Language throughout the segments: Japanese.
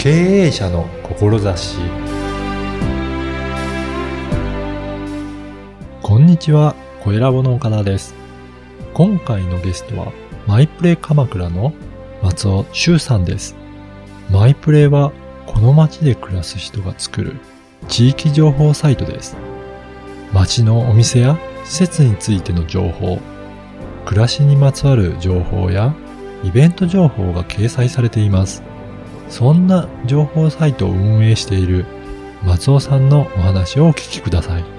経営者の志。こんにちは、小ラボの岡田です。今回のゲストはマイプレ鎌倉の松尾修さんです。マイプレはこの街で暮らす人が作る地域情報サイトです。街のお店や施設についての情報、暮らしにまつわる情報やイベント情報が掲載されています。そんな情報サイトを運営している松尾さんのお話をお聞きください。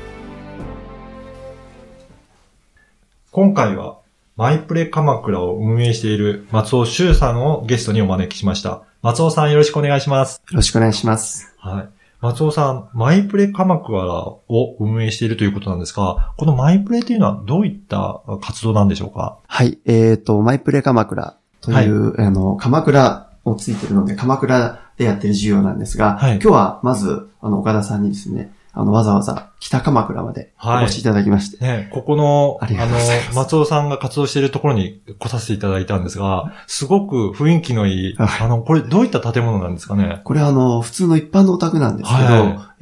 今回はマイプレ鎌倉を運営している松尾修さんをゲストにお招きしました。松尾さん、よろしくお願いします。 よろしくお願いします。 はい。松尾さん、マイプレ鎌倉を運営しているということなんですが、このマイプレというのはどういった活動なんでしょうか？ はい。マイプレ鎌倉という、はい、鎌倉をついているので、鎌倉でやっている事業なんですが、はい、今日はまず、岡田さんにですね、わざわざ北鎌倉までお越しいただきまして。 はい、ね、ここの、松尾さんが活動しているところに来させていただいたんですが、すごく雰囲気のいい、これどういった建物なんですかね？ これ普通の一般のお宅なんですけど、はい、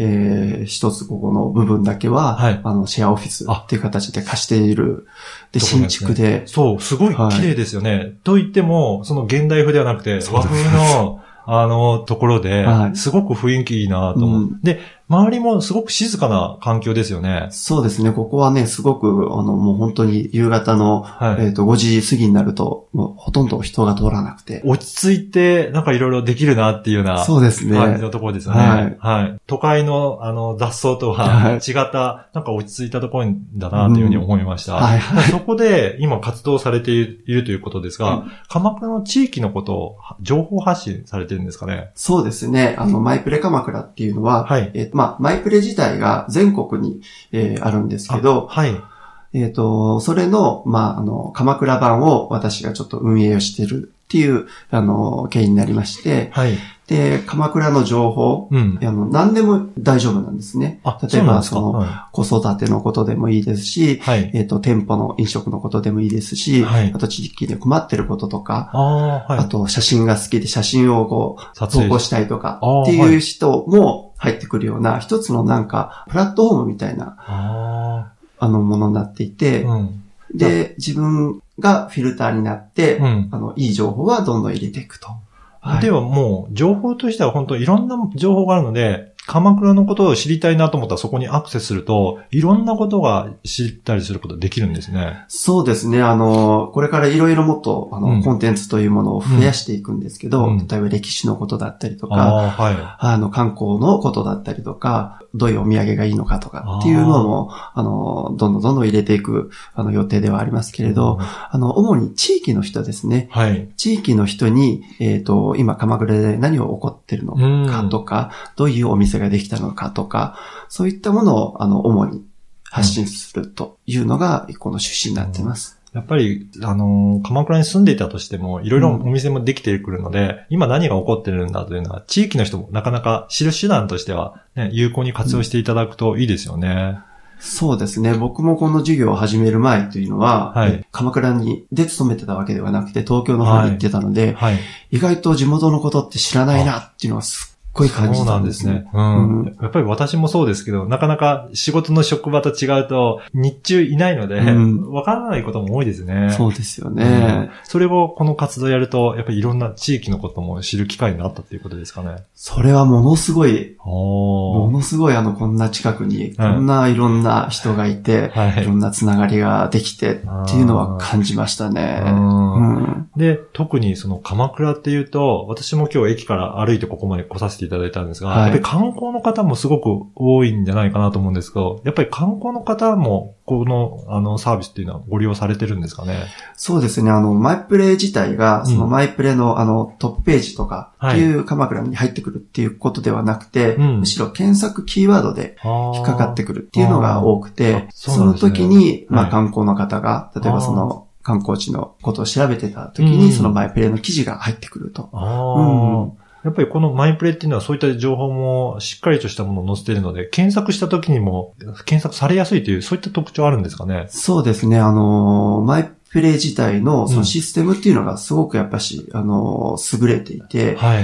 一つここの部分だけは、はい、シェアオフィスっていう形で貸している。で、新築で。 そう、すごい綺麗ですよね。はい、と言っても、その現代風ではなくて、和風の、ところで、すごく雰囲気いいなと思う。で、周りもすごく静かな環境ですよね。 そうですね。ここはね、すごく、もう本当に夕方の、5時過ぎになると、もうほとんど人が通らなくて。 落ち着いて、なんかいろいろできるなっていうような、 そうですね。 感じのところですよね。はい。はい。都会の、雑草とは違った、なんか落ち着いたところだなというふうに思いました。はい。そこで今活動されているということですが、鎌倉の地域のことを情報発信されてるんですかね？ そうですね。マイプレ鎌倉っていうのは、はい。マイプレ自体が全国に、あるんですけど、はい。それの、鎌倉版を私がちょっと運営をしているっていう、経緯になりまして、はい。で、鎌倉の情報、何でも大丈夫なんですね。例えば、子育てのことでもいいですし、はい、店舗の飲食のことでもいいですし、はい、あと地域で困ってることとか、はい、あと写真が好きで写真を投稿したいとかっていう人も入ってくるような、一つのなんか、プラットフォームみたいな、ものになっていて、で、自分がフィルターになって、いい情報はどんどん入れていくと。 はい、ではもう、情報としては本当いろんな情報があるので、鎌倉のことを知りたいなと思ったらそこにアクセスすると、いろんなことが知ったりすることができるんですね。 そうですね。これからいろいろもっと、コンテンツというものを増やしていくんですけど、例えば歴史のことだったりとか、はい、観光のことだったりとか、どういうお土産がいいのかとかっていうのも、どんどん入れていく、予定ではありますけれど、主に地域の人ですね。はい。地域の人に、今鎌倉で何を起こってるのかとか、どういうお店ができたのかとか、そういったものを、主に発信するというのが、この趣旨になっています。 やっぱり、鎌倉に住んでいたとしても、いろいろお店もできてくるので、今何が起こってるんだというのは、地域の人もなかなか知る手段としては、ね、有効に活用していただくといいですよね。 そうですね。僕もこの授業を始める前というのは、はい、鎌倉で勤めてたわけではなくて、東京の方に行ってたので、はいはい、意外と地元のことって知らないなっていうのはすっごい感じたんですね。 そうなんですね。やっぱり私もそうですけど、なかなか仕事の職場と違うと、日中いないので、わからないことも多いですね。 そうですよね。 それをこの活動やると、やっぱりいろんな地域のことも知る機会になったっていうことですかね。 それはものすごい、こんな近くに、こんないろんな人がいて、いろんなつながりができてっていうのは感じましたね。 で、特にその鎌倉っていうと、私も今日駅から歩いてここまで来させていただいたんですが、やっぱり観光の方もすごく多いんじゃないかなと思うんですけど、やっぱり観光の方もこのサービスっていうのはご利用されてるんですかね？ そうですね。マイプレ自体が、そのマイプレのトップページとかっていう鎌倉に入ってくるっていうことではなくて、むしろ検索キーワードで引っかかってくるっていうのが多くて、その時に、観光の方が、例えばその観光地のことを調べてた時に、そのマイプレの記事が入ってくると。 やっぱりこのマイプレっていうのはそういった情報もしっかりとしたものを載せているので、検索した時にも検索されやすいという、そういった特徴あるんですかね？ そうですね。マイプレ自体のそのシステムっていうのがすごくやっぱし、優れていて、はい。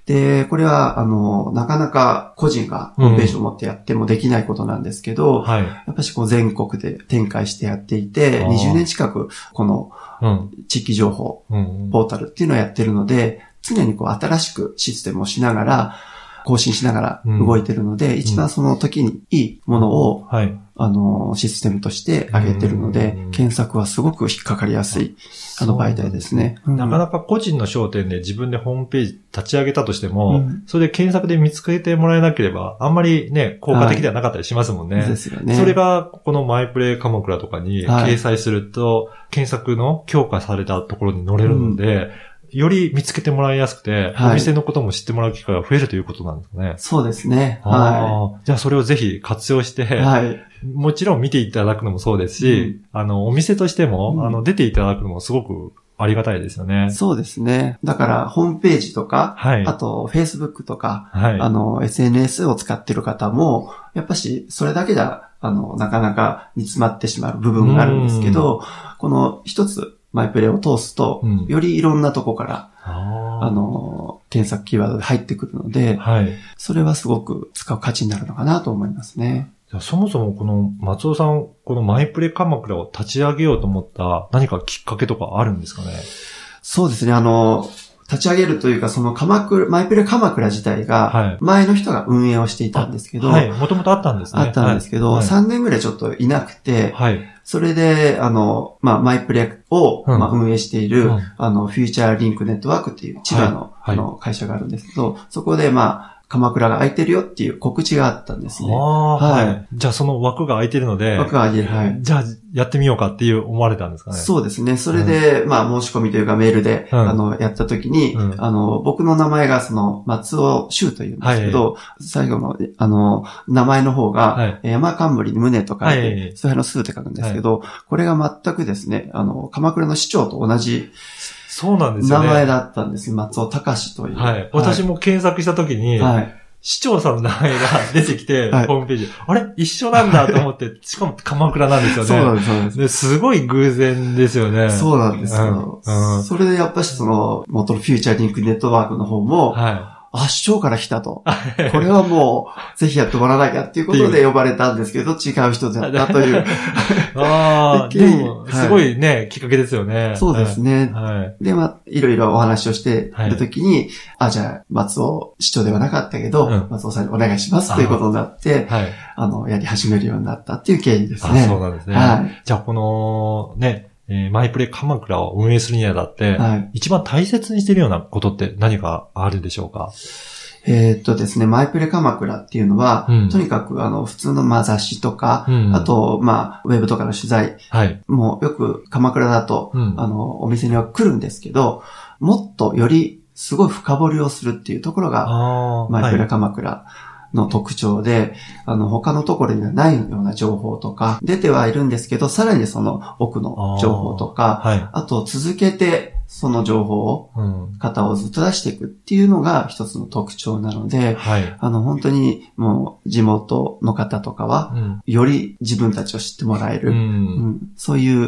で、これは、なかなか個人がホームページを持ってやってもできないことなんですけど、やっぱし全国で展開してやっていて、20年近くこの地域情報ポータルっていうのをやってるので、常に新しくシステムをしながら、更新しながら動いてるので、一番その時にいいものを、システムとして上げてるので、検索はすごく引っかかりやすい、媒体ですね。 なかなか個人の商店で自分でホームページ立ち上げたとしても、それで検索で見つけてもらえなければ、あんまりね、効果的ではなかったりしますもんね。 ですよね。 それが、このマイプレイ鎌倉とかに掲載すると、検索の強化されたところに載れるので、より見つけてもらいやすくて、お店のことも知ってもらう機会が増えるということなんですね。 そうですね。 じゃあそれをぜひ活用して、もちろん見ていただくのもそうですし、お店としても、出ていただくのもすごくありがたいですよね。 そうですね。だからホームページとか、あと Facebook とか、SNS を使ってる方も、やっぱしそれだけじゃ、なかなか煮詰まってしまう部分があるんですけど、この一つ、マイプレを通すと、よりいろんなとこから、検索キーワードで入ってくるので、それはすごく使う価値になるのかなと思いますね。 そもそもこの松尾さん、このマイプレ鎌倉を立ち上げようと思った何かきっかけとかあるんですかね？ そうですね、立ち上げるというか、そのマイプレ鎌倉自体が、前の人が運営をしていたんですけど、 もともとあったんですね。 あったんですけど、3年ぐらいちょっといなくて、それで、マイプレを、運営している、フューチャーリンクネットワークっていう千葉の、会社があるんですけど、そこで、鎌倉が空いてるよっていう告知があったんですね。 じゃあその枠が空いてるので、 枠が空いてる。 じゃあやってみようかっていう思われたんですかね。 そうですね。それで、申し込みというかメールで、やった時に、僕の名前が松尾修というんですけど、最後の、名前の方が、山冠に宗と書いて、それの数って書くんですけど、これが全くですね、鎌倉の市長と同じ、 そうなんですよね。 名前だったんですよ。松尾隆という。 私も検索したときに、市長さんの名前が出てきて、ホームページ、あれ一緒なんだと思って、しかも鎌倉なんですよね。 そうなんです、そうなんです。 すごい偶然ですよね。 そうなんですよ。それでやっぱし元のフューチャーリンクネットワークの方も、市長から来たと。これはもう、ぜひやってもらわなきゃっていうことで呼ばれたんですけど、違う人だったという。 でも、すごいね、きっかけですよね。 そうですね。で、いろいろお話をしているときに、じゃあ、松尾市長ではなかったけど、松尾さんにお願いしますということになって、やり始めるようになったっていう経緯ですね。 そうなんですね。じゃあ、この、ね、マイプレ鎌倉を運営するにあたって、一番大切にしているようなことって何かあるでしょうか？ ですね、マイプレ鎌倉っていうのは、とにかく普通の雑誌とか、あと、ウェブとかの取材、もうよく鎌倉だと、お店には来るんですけど、もっとよりすごい深掘りをするっていうところが、マイプレ鎌倉の特徴で、他のところにはないような情報とか、出てはいるんですけど、さらにその奥の情報とか、あと続けてその情報を、型をずっと出していくっていうのが一つの特徴なので、本当にもう地元の方とかは、より自分たちを知ってもらえる、そういう、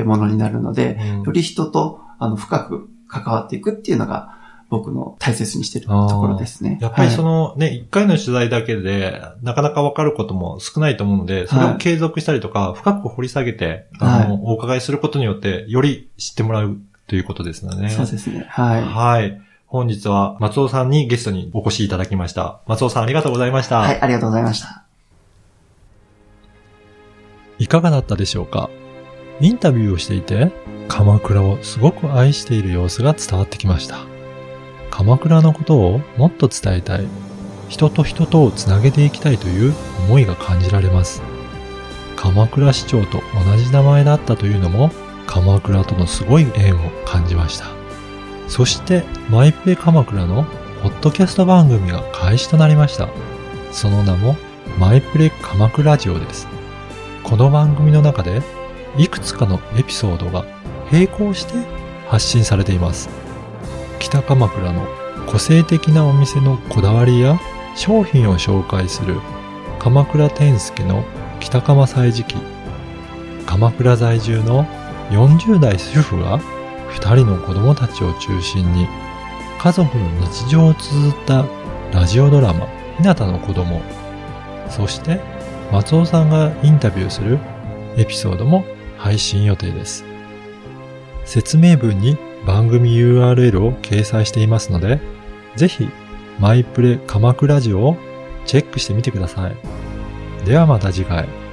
ものになるので、より人と深く関わっていくっていうのが、僕の大切にしているところですね。 やっぱり一回の取材だけで、なかなかわかることも少ないと思うので、それを継続したりとか、深く掘り下げて、お伺いすることによって、より知ってもらうということですよね。 そうですね。 本日は松尾さんにゲストにお越しいただきました。松尾さんありがとうございました。 ありがとうございました。 いかがだったでしょうか？インタビューをしていて、鎌倉をすごく愛している様子が伝わってきました。鎌倉のことをもっと伝えたい、人と人とをつなげていきたいという思いが感じられます。鎌倉市長と同じ名前だったというのも、鎌倉とのすごい縁を感じました。そしてマイプレ鎌倉のポッドキャスト番組が開始となりました。その名もマイプレ鎌倉ラジオです。この番組の中でいくつかのエピソードが並行して発信されています。北鎌倉の個性的なお店のこだわりや商品を紹介する鎌倉天助の北鎌歳時記。鎌倉在住の40代主婦が2人の子供たちを中心に家族の日常を綴ったラジオドラマ、ひなたの子供、そして松尾さんがインタビューするエピソードも配信予定です。説明文に番組 URL を掲載していますので、ぜひマイプレ鎌倉ラジオをチェックしてみてください。ではまた次回。